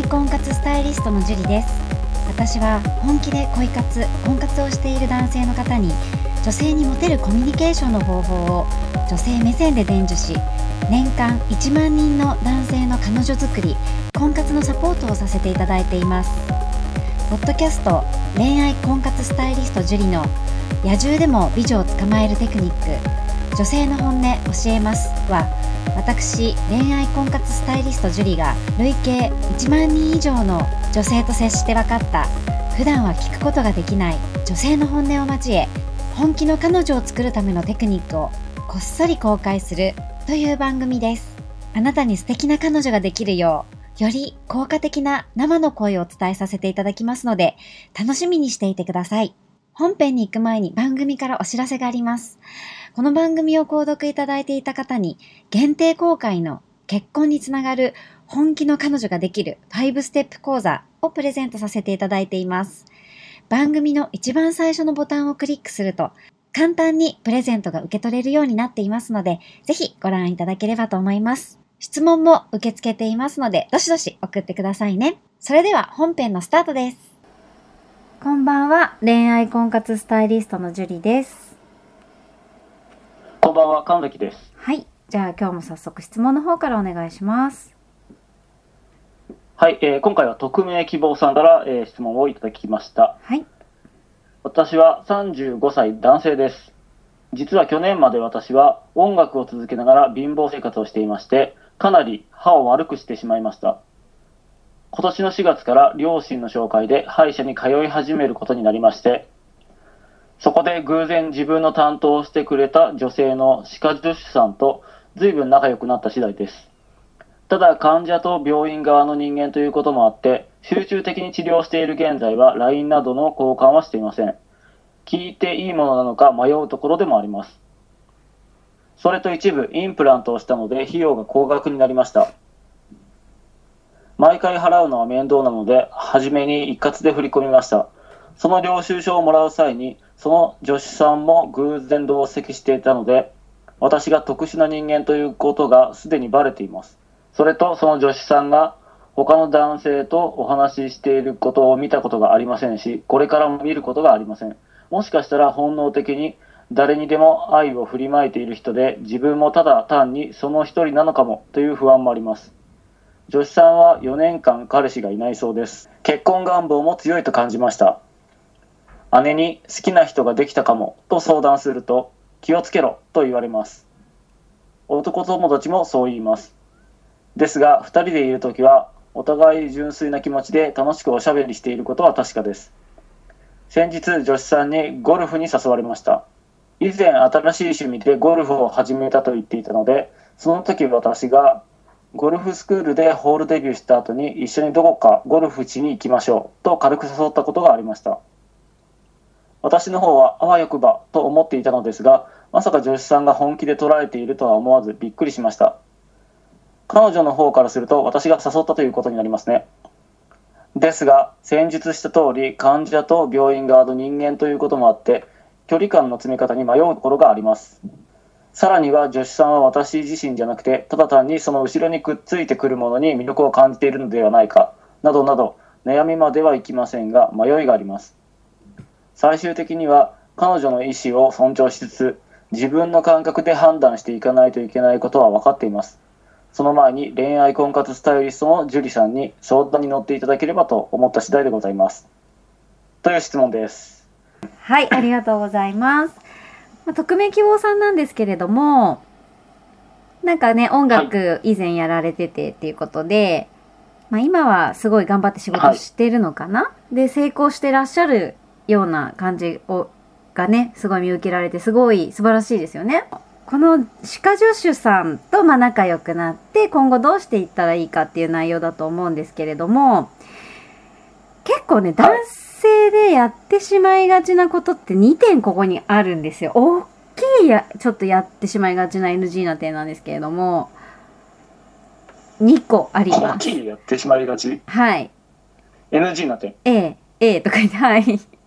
婚活スタイリストのジュリです。私は本気で婚活をしている男性の方に女性にモテるコミュニケーションの方法を女性目線で伝授し、年間1万人の男性の彼女作り、婚活のサポートをさせていただいています。ポッドキャスト恋愛婚活スタイリストジュリの野獣でも美女を捕まえるテクニック、女性の本音教えますは、私恋愛婚活スタイリストジュリが累計1万人以上の女性と接して分かった普段は聞くことができない女性の本音を交え、本気の彼女を作るためのテクニックをこっそり公開するという番組です。あなたに素敵な彼女ができるよう、より効果的な生の声をお伝えさせていただきますので、楽しみにしていてください。本編に行く前に番組からお知らせがあります。この番組を購読いただいていた方に限定公開の結婚につながる本気の彼女ができる5ステップ講座をプレゼントさせていただいています。番組の一番最初のボタンをクリックすると簡単にプレゼントが受け取れるようになっていますので、ぜひご覧いただければと思います。質問も受け付けていますので、どしどし送ってくださいね。それでは本編のスタートです。こんばんは、恋愛婚活スタイリストのジュリです。 こんばんは、神崎です。 はい、じゃあ今日も早速質問の方からお願いします。 はい、今回は匿名希望さんから、質問をいただきました。 はい。 私は35歳男性です。実は去年まで私は音楽を続けながら貧乏生活をしていまして、かなり歯を悪くしてしまいました。今年の4月から両親の紹介で歯医者に通い始めることになりまして、そこで偶然自分の担当をしてくれた女性の歯科助手さんと随分仲良くなった次第です。ただ患者と病院側の人間ということもあって、集中的に治療している現在は LINE などの交換はしていません。聞いていいものなのか迷うところでもあります。それと一部インプラントをしたので費用が高額になりました。毎回払うのは面倒なので、初めに一括で振り込みました。その領収書をもらう際に、その助手さんも偶然同席していたので、私が特殊な人間ということがすでにバレています。それとその助手さんが他の男性とお話ししていることを見たことがありませんし、これからも見ることがありません。もしかしたら本能的に誰にでも愛を振りまいている人で、自分もただ単にその一人なのかもという不安もあります。助手さんは4年間彼氏がいないそうです。結婚願望も強いと感じました。姉に好きな人ができたかもと相談すると、気をつけろと言われます。男友達もそう言います。ですが2人でいるときはお互い純粋な気持ちで楽しくおしゃべりしていることは確かです。先日助手さんにゴルフに誘われました。以前新しい趣味でゴルフを始めたと言っていたので、その時私がゴルフスクールでホールデビューした後に一緒にどこかゴルフしに行きましょうと軽く誘ったことがありました。私の方はあわよくばと思っていたのですが、まさか助手さんが本気で捉えているとは思わずびっくりしました。彼女の方からすると私が誘ったということになりますね。ですが先日した通り、患者と病院側の人間ということもあって距離感の詰め方に迷うところがあります。さらには助手さんは私自身じゃなくて、ただ単にその後ろにくっついてくるものに魅力を感じているのではないかなどなど、悩みまではいきませんが迷いがあります。最終的には彼女の意思を尊重しつつ、自分の感覚で判断していかないといけないことは分かっています。その前に恋愛婚活スタイリストのジュリさんに相談に乗っていただければと思った次第でございます。という質問です。 はい、ありがとうございます。匿名希望さんなんですけれども、なんかね、音楽以前やられててっていうことで、今はすごい頑張って仕事してるのかな、で、成功してらっしゃるような感じがね、すごい見受けられて、すごい素晴らしいですよね。この歯科助手さんと仲良くなって、今後どうしていったらいいかっていう内容だと思うんですけれども、結構ね、男性でやってしまいがちなことって2点ここにあるんですよ。大きいちょっとやってしまいがちな NG な点なんですけれども、2個あります。 大きいやってしまいがち。 はい。 NG な点。 A とか言って、はい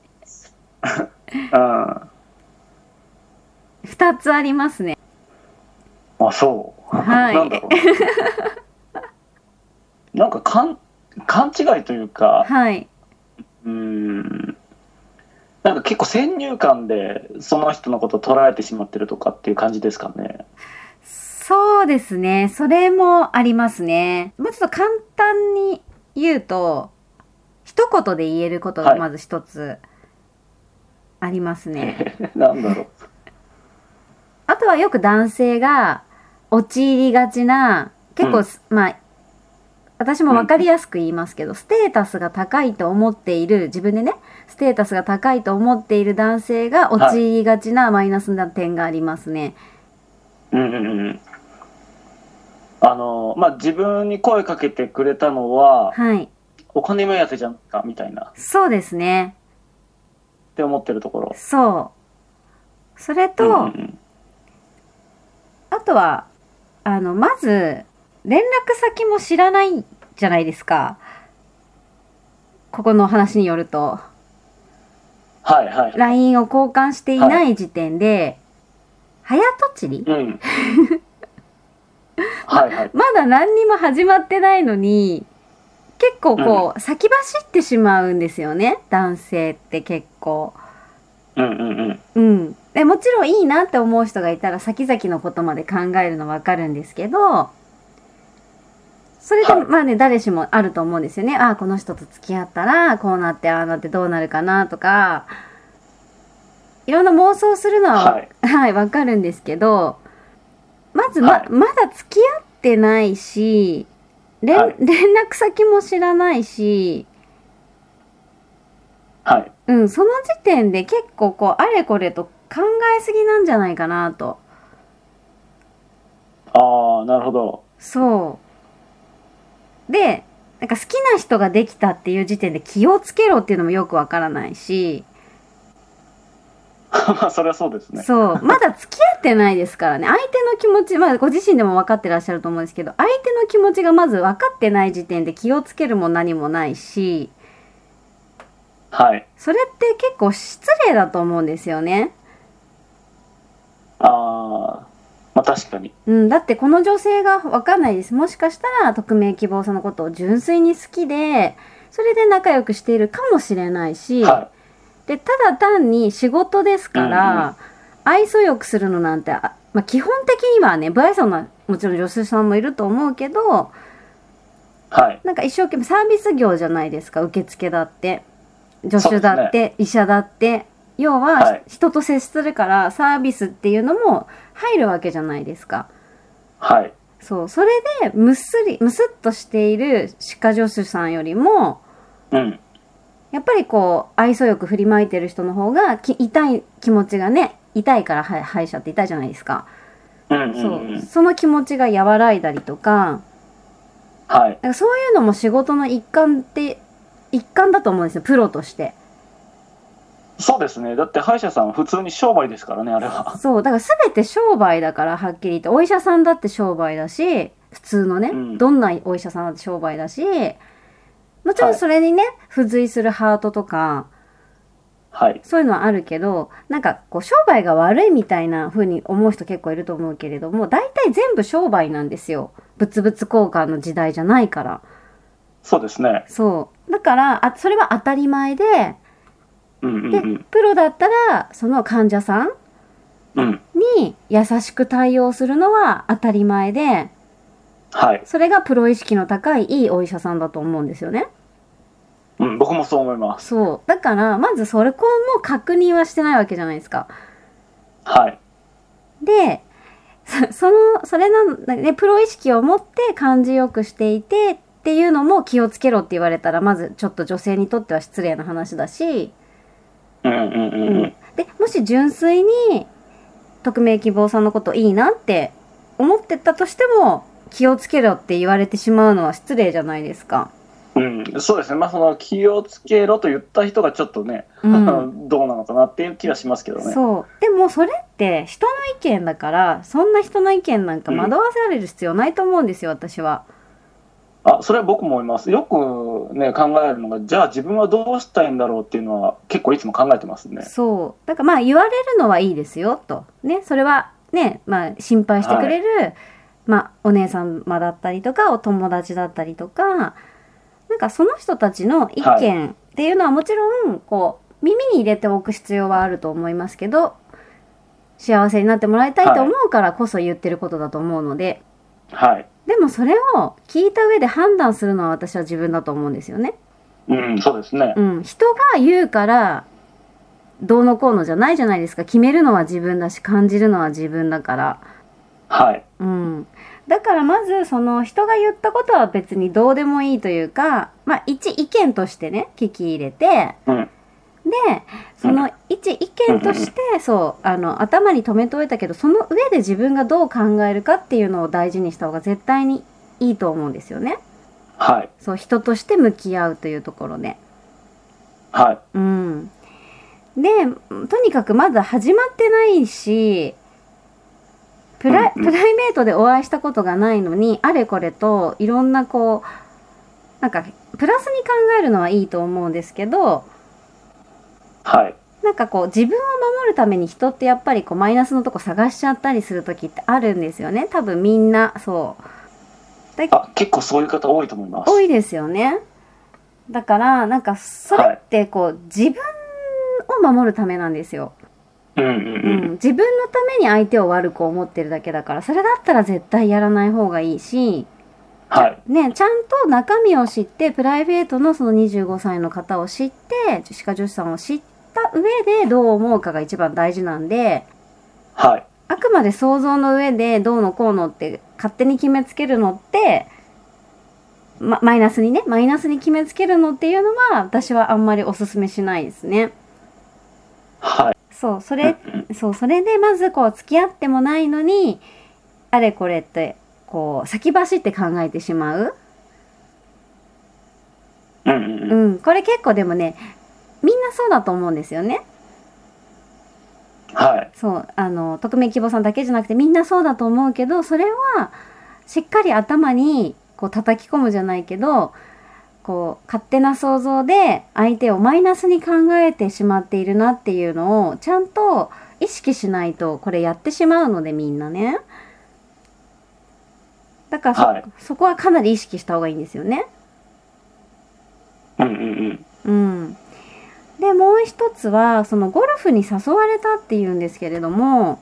。2つありますね。 あ、そう。 はい。 なんだろう。なんか勘違いというか、 はい。 なんか結構先入観でその人のことを捉えてしまってるとかっていう感じですかね。 そうですね。それもありますね。もうちょっと簡単に言うと、一言で言えることがはい。 まず一つありますね。 なんだろう。 あとはよく男性が陥りがちな、結構、 うん。 まあ、私もうん。 分かりやすく言いますけど、ステータスが高いと思っている、自分でね、ステータスが高いと思っている男性がはい。 陥りがちなマイナスな点がありますね。 うんうんうん。自分に声かけてくれたのは、 はい。 お金目当てじゃんか、みたいな、っそうですね。 て思ってるところ。 そう。それうんうんうと、 ん。 あとは、まず、連絡先も知らないじゃないですか。ここの話によると。 はいはいはい。 LINE を交換していはい。 ない時点で、早とちりうん。 ま、 はいはい。 まだ何にも始まってないのに、結構うん。 こう、先走ってしまうんですよね。男性って結構。 うんうんうん。 うん。で、もちろんいいなって思う人がいたら先々のことまで考えるのわかるんですけど、それではい。 まあね、誰しもあると思うんですよね。ああ、この人と付き合ったら、こうなってああなってどうなるかなとか、いろんな妄想するのははい。 はい、わかるんですけど、まずはい。 まだ付き合ってないし、連、 はい。 連絡先も知らないし、 はい。 うん、その時点で結構こう、あれこれと考えすぎなんじゃないかなと。 ああ、なるほど。 そう。で、なんか好きな人ができたっていう時点で気をつけろっていうのもよくわからないし、 まあ、それはそうですね。 そう。まだ付き合ってないですからね。相手の気持ち、まあご自身でも分かってらっしゃると思うんですけど、相手の気持ちがまず分かってない時点で気をつけるも何もないし、 はい。 それって結構失礼だと思うんですよね。 ああ、まあ確かに。 うん、だってこの女性が分かんないです。もしかしたら匿名希望さんのことを純粋に好きで、それで仲良くしているかもしれないし、 はで、ただ単に仕事ですい。うんうん。 から、愛想よくするのなんて、まあ、基本的にはね、不愛想な、もちろん女性さんもいると思うけど、 はい。 なんか一生懸命サービス業じゃないですか。受付だって、助手そうですね。 だって、医者だって。要は、 はい。 人と接するからサービスっていうのも入るわけじゃないですか。 はい。 そう。それで、むすっとしている歯科助手さんよりも、 うん。 やっぱりこう、愛想よく振りまいてる人の方が、痛い気持ちがね、痛いから歯医者って痛いじゃないですか。 うんうんそう。 うん。 その気持ちが和らいだりとか、 はい。 なんかそういうのも仕事の一環だと思うんですよ、プロとして。 そうですね。だって歯医者さん普通に商売ですからね、あれは。 そう。だから全て商売だから、はっきり言って。お医者さんだって商売だし、普通のね、 うん。 どんなお医者さんだって商売だし、もちろんはい。 それにね、付随するハートとか、 はい。 そういうのはあるけど、なんかこう商売が悪いみたいな風に思う人結構いると思うけれども、大体全部商売なんですよ。物々交換の時代じゃないから。 そうですね。 そう。だから、それは当たり前で、 うんうんで、 うん。 プロだったら、その患者さんうん。 に優しく対応するのは当たり前で、 はい。 それがプロ意識の高いいいお医者さんだと思うんですよね。 うん、僕もそう思います。 そう。だから、まずそれこも確認はしてないわけじゃないですか。 はい。 で、それの、ね、プロ意識を持って感じよくしていてっていうのも気をつけろって言われたら、まずちょっと女性にとっては失礼な話だし、 うんうんうんうん。 うん。 で、もし純粋に匿名希望さんのこといいなって思ってたとしても、気をつけろって言われてしまうのは失礼じゃないですか。 うん、そうですね。まあ、その気をつけろと言った人がちょっとね、 うん。 どうなのかなっていう気はしますけどね。 そう。でもそれって人の意見だから、そんな人の意見なんかうん。 惑わされる必要ないと思うんですよ、私は。 あ、それは僕も思います。よくね、考えるのが、じゃあ自分はどうしたいんだろうっていうのは結構いつも考えてますね。 そう。だからまあ言われるのはいいですよ、と。ね。それはね、まあ心配してくはい。 れる、まあお姉様だったりとか、お友達だったりとか、 なんかその人たちの意見っていうのはもちろんこう耳に入れておく必要はあると思いますけど、幸せになってもらいたいと思うからこそ言ってることだと思うので、 はい。 でもそれを聞いた上で判断するのは私は自分だと思うんですよね。 そうですね。 人が言うからどうのこうのじゃないじゃないですか。決めるのは自分だし、感じるのは自分だから。 はい。 だからまずその人が言ったことは別にどうでもいいというか、一意見としてね、聞き入れて、で、その一意見として、頭に留めておいたけど、その上で自分がどう考えるかっていうのを大事にした方が絶対にいいと思うんですよね。 はい。 そう、人として向き合うというところで。 はい。 で、とにかくまず始まってないし、プライベートでお会いしたことがないのに、あれこれといろんなこう、なんかプラスに考えるのはいいと思うんですけど、 はい。 なんかこう自分を守るために人ってやっぱりこうマイナスのとこ探しちゃったりする時ってあるんですよね。多分みんな結構そういう方多いと思います。 多いですよね。だからなんかそれってこう、自分を守るためなんですよ。自分のために相手を悪く思ってるだけだから、それだったら絶対やらない方がいいし、ちゃんと中身を知って、プライベートのその25歳の方を知って、歯科助手さんを知った上でどう思うかが一番大事なんで、あくまで想像の上でどうのこうのって勝手に決めつけるのって、マイナスに決めつけるのっていうのは私はあんまりおすすめしないですね。それでまずこう付き合ってもないのにあれこれってこう先走って考えてしまう。これ結構でもね、みんなそうだと思うんですよね。匿名希望さんだけじゃなくてみんなそうだと思うけど、それはしっかり頭にこう叩き込むじゃないけど、こう勝手な想像で相手をマイナスに考えてしまっているなっていうのをちゃんと意識しないとこれやってしまうので、みんなね。だからそこはかなり意識した方がいいんですよね。でもう一つはそのゴルフに誘われたっていうんですけれども、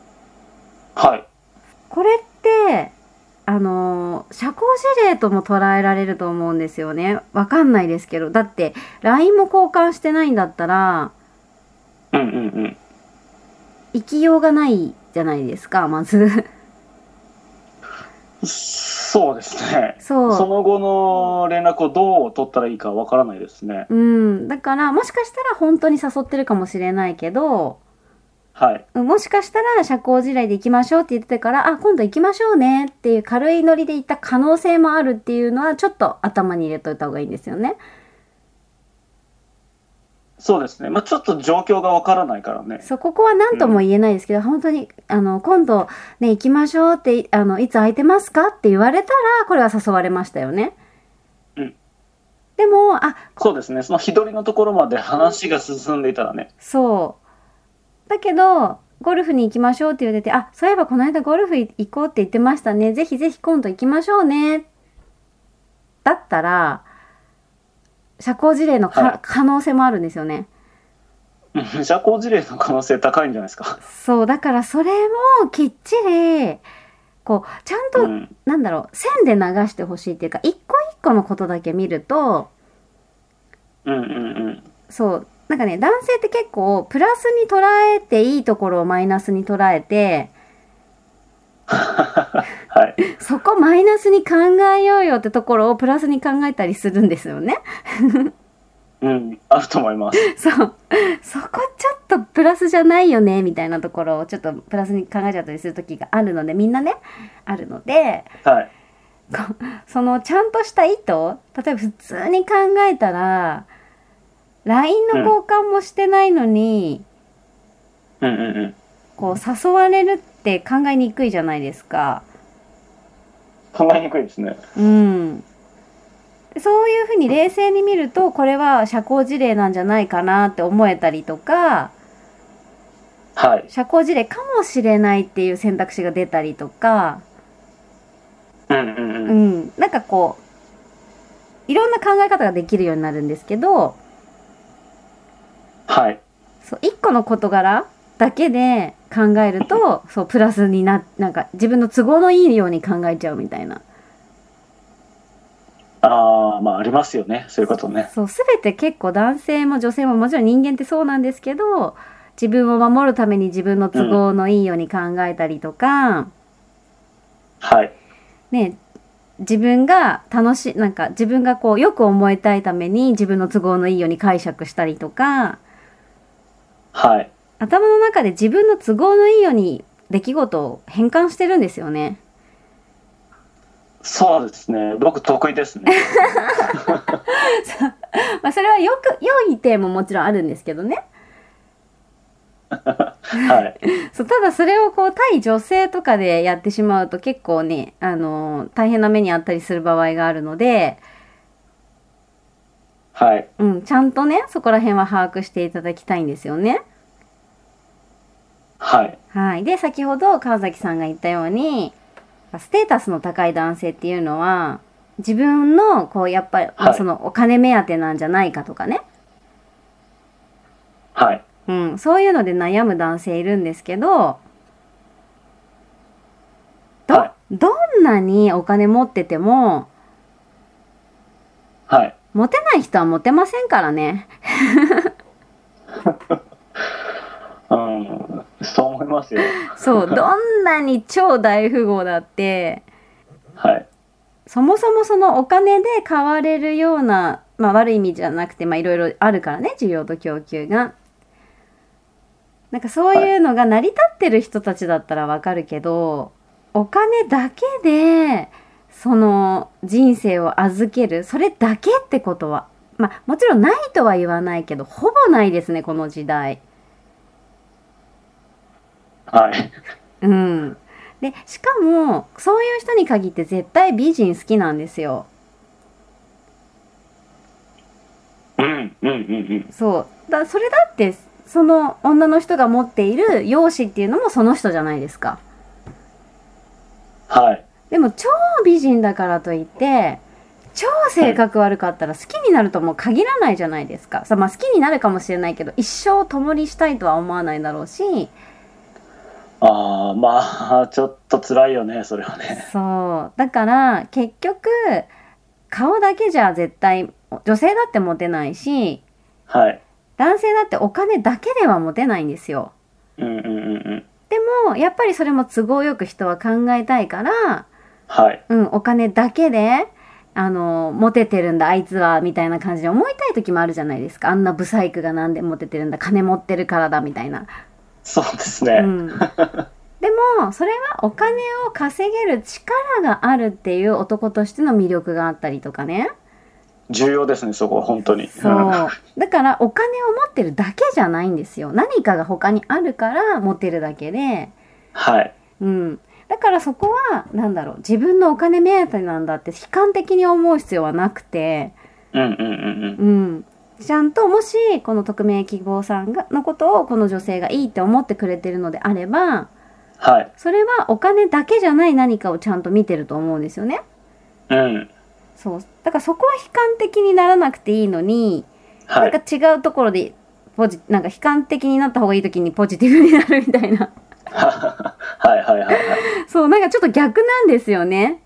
これって社交辞令とも捉えられると思うんですよね。わかんないですけど、だって LINE も交換してないんだったら生きようがないじゃないですか、まずそうですね。その後の連絡をどう取ったらいいかわからないですね。 だからもしかしたら本当に誘ってるかもしれないけど、もしかしたら社交辞令で行きましょうって言ってたから、今度行きましょうねっていう軽いノリで行った可能性もあるっていうのはちょっと頭に入れといた方がいいんですよね。 そうですね。ちょっと状況がわからないからね。 ここは何とも言えないですけど、本当に今度ね行きましょうっていつ空いてますかって言われたらこれは誘われましたよね。でもそうですね。その日取りのところまで話が進んでいたらね。 だけどゴルフに行きましょうって言われて、そういえばこの間ゴルフ行こうって言ってましたね、ぜひぜひ今度行きましょうねだったら社交辞令の可能性もあるんですよね。 社交辞令の可能性高いんじゃないですか。 だからそれもきっちりこうちゃんと、線で流してほしいっていうか、一個一個のことだけ見ると、なんかね、男性って結構プラスに捉えていいところをマイナスに捉えてそこマイナスに考えようよってところをプラスに考えたりするんですよね。 あると思います。 そこちょっとプラスじゃないよねみたいなところをちょっとプラスに考えちゃったりする時があるので、みんなねあるので、そのちゃんとした意図、例えば普通に考えたらLINE の交換もしてないのに、こう誘われるって考えにくいじゃないですか。 考えにくいですね。 そういうふうに冷静に見るとこれは社交辞令なんじゃないかなって思えたりとか、社交辞令かもしれないっていう選択肢が出たりとか、なんかこういろんな考え方ができるようになるんですけど、 はい。 そう一個の事柄だけで考えると、そうプラスになんか自分の都合のいいように考えちゃうみたいな。 まあありますよね、そういうことね。 そう全て結構男性も女性ももちろん人間ってそうなんですけど、自分を守るために自分の都合のいいように考えたりとか、 はい。 ね、自分がなんか自分がこうよく思いたいために自分の都合のいいように解釈したりとか、 はい。 頭の中で自分の都合のいいように出来事を変換してるんですよね。 そうですね。僕得意ですね。 まあそれは良い点ももちろんあるんですけどね。 はい。 そうただそれをこう対女性とかでやってしまうと結構ね、大変な目にあったりする場合があるので、 はい。 ちゃんとねそこら辺は把握していただきたいんですよね。 はい。 はい。で先ほど川崎さんが言ったように、ステータスの高い男性っていうのは自分のこうやっぱり、まあ、そのお金目当てなんじゃないかとかね、 はい。 そういうので悩む男性いるんですけど、 はい。 どんなにお金持っててもはい。 モテない人はモテませんからね。 そう思いますよ。 そうどんなに超大富豪だってはい。 そもそもそのお金で買われるような、まあ悪い意味じゃなくて、まあいろいろあるからね、需要と供給が。なんかそういうのが成り立ってる人たちだったらわかるけど、お金だけでその人生を預ける、それだけってことは、まあもちろんないとは言わないけど、ほぼないですね、この時代。 はい。 で、しかも、そういう人に限って絶対美人好きなんですよ。そう。それだって、その女の人が持っている容姿っていうのもその人じゃないですか。 はい。 でも超美人だからといって、超性格悪かったら好きになるとも限らないじゃないですか。まあ好きになるかもしれないけど、一生共にしたいとは思わないだろうし、 まあ、ちょっと辛いよね、それはね。 そう。だから結局、顔だけじゃ絶対、女性だってモテないし、 はい。 男性だってお金だけではモテないんですよ。でもやっぱりそれも都合よく人は考えたいから、 はい。 お金だけでモテてるんだあいつはみたいな感じで思いたい時もあるじゃないですか。あんなブサイクがなんでモテてるんだ、金持ってるからだみたいな。 そうですね。 でもそれはお金を稼げる力があるっていう男としての魅力があったりとかね。 重要ですね、そこは本当に。 そう。だからお金を持ってるだけじゃないんですよ。何かが他にあるから持てるだけで。 はい。 だからそこはなんだろう、自分のお金目当てなんだって悲観的に思う必要はなくて、ちゃんともしこの匿名希望さんのことをこの女性がいいって思ってくれてるのであれば、 はい。 それはお金だけじゃない何かをちゃんと見てると思うんですよね。そう。だからそこは悲観的にならなくていいのに、なんか違うところでなんか悲観的になった方がいい時にポジティブになるみたいな。そう、なんかちょっと逆なんですよね。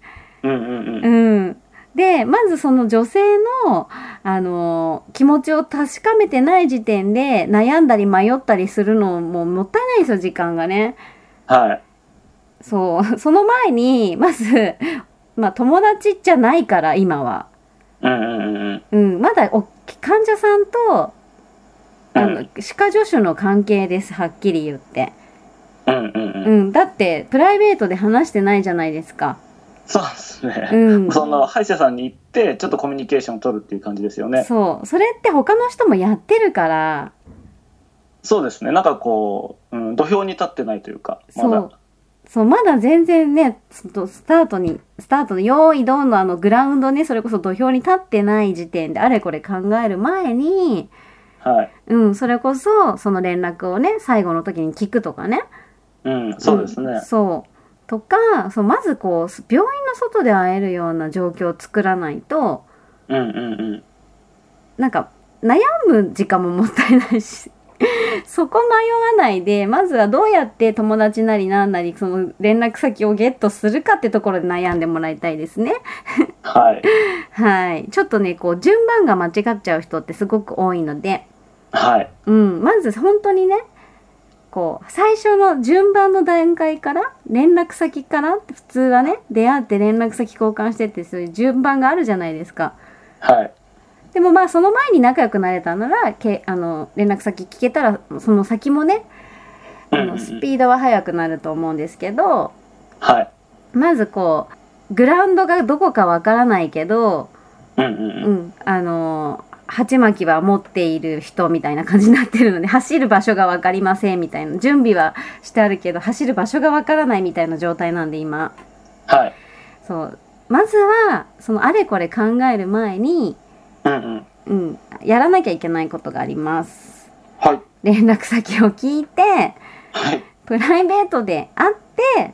で、まずその女性の、気持ちを確かめてない時点で悩んだり迷ったりするのももったいないですよ、時間がね。 はい。 そう、その前に、まず、まあ友達じゃないから、今は。まだ患者さんと、歯科助手の関係です、はっきり言って。だって、プライベートで話してないじゃないですか。 そうですね。その歯医者さんに行って、ちょっとコミュニケーションを取るっていう感じですよね。 そう。それって他の人もやってるから。 そうですね。なんかこう、土俵に立ってないというか、まだ。 そう、まだ全然ね、スタートの用意ドンのグラウンドね、それこそ土俵に立ってない時点であれこれ考える前に、 はい。 それこそその連絡をね、最後の時に聞くとかね。 そうですね。 とか、まずこう病院の外で会えるような状況を作らないと、 うんうんうん。 なんか悩む時間ももったいないしそこ迷わないで、まずはどうやって友達なりなんなりその連絡先をゲットするかってところで悩んでもらいたいですね。 はい。 はい。ちょっとね、こう順番が間違っちゃう人ってすごく多いので、 はい。 まず本当にね、こう最初の順番の段階から連絡先から普通はね、出会って連絡先交換してってそういう順番があるじゃないですか。 はい。 でもまあその前に仲良くなれたなら連絡先聞けたらその先もねスピードは速くなると思うんですけど、 はい。 まずこうグラウンドがどこかわからないけど、鉢巻きは持っている人みたいな感じになってるので、走る場所が分かりませんみたいな、準備はしてあるけど走る場所が分からないみたいな状態なんで今。 はい。 そうまずはそのあれこれ考える前に、やらなきゃいけないことがあります。 はい。 連絡先を聞いて、 はい。 プライベートで会って、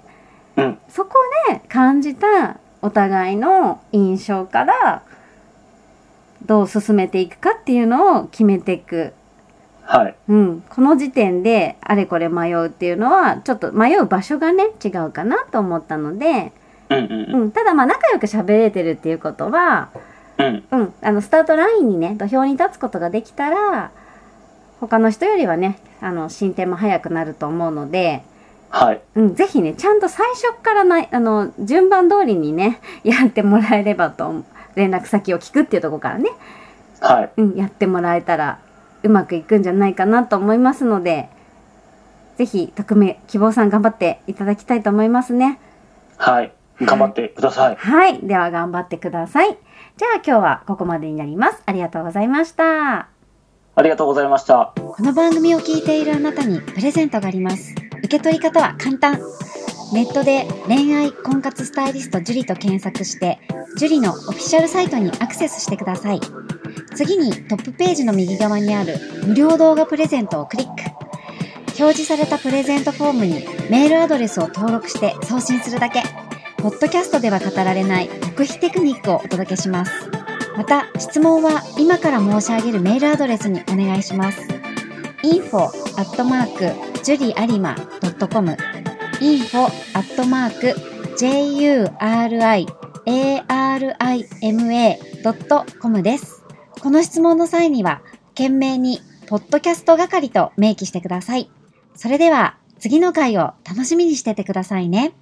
そこで感じたお互いの印象からどう進めていくかっていうのを決めていく。 はい。 この時点であれこれ迷うっていうのはちょっと迷う場所がね違うかなと思ったので、ただまあ仲良く喋れてるっていうことは、スタートラインにね土俵に立つことができたら他の人よりはね進展も早くなると思うので、ぜひねちゃんと最初から順番通りにねやってもらえればと思う。連絡先を聞くっていうところからね、やってもらえたらうまくいくんじゃないかなと思いますので、ぜひ匿名希望さん頑張っていただきたいと思いますね。 はい、頑張ってください。 はい、では頑張ってください。じゃあ今日はここまでになります。ありがとうございました。 ありがとうございました。 この番組を聞いているあなたにプレゼントがあります。受け取り方は簡単。ネットで恋愛婚活スタイリスト樹と検索して樹のオフィシャルサイトにアクセスしてください。次にトップページの右側にある無料動画プレゼントをクリック。表示されたプレゼントフォームにメールアドレスを登録して送信するだけ。ポッドキャストでは語られない極秘テクニックをお届けします。また質問は今から申し上げるメールアドレスにお願いします。info@juriarima.com info@juriarima.com です。この質問の際には懸命にポッドキャスト係と明記してください。それでは次の回を楽しみにしててくださいね。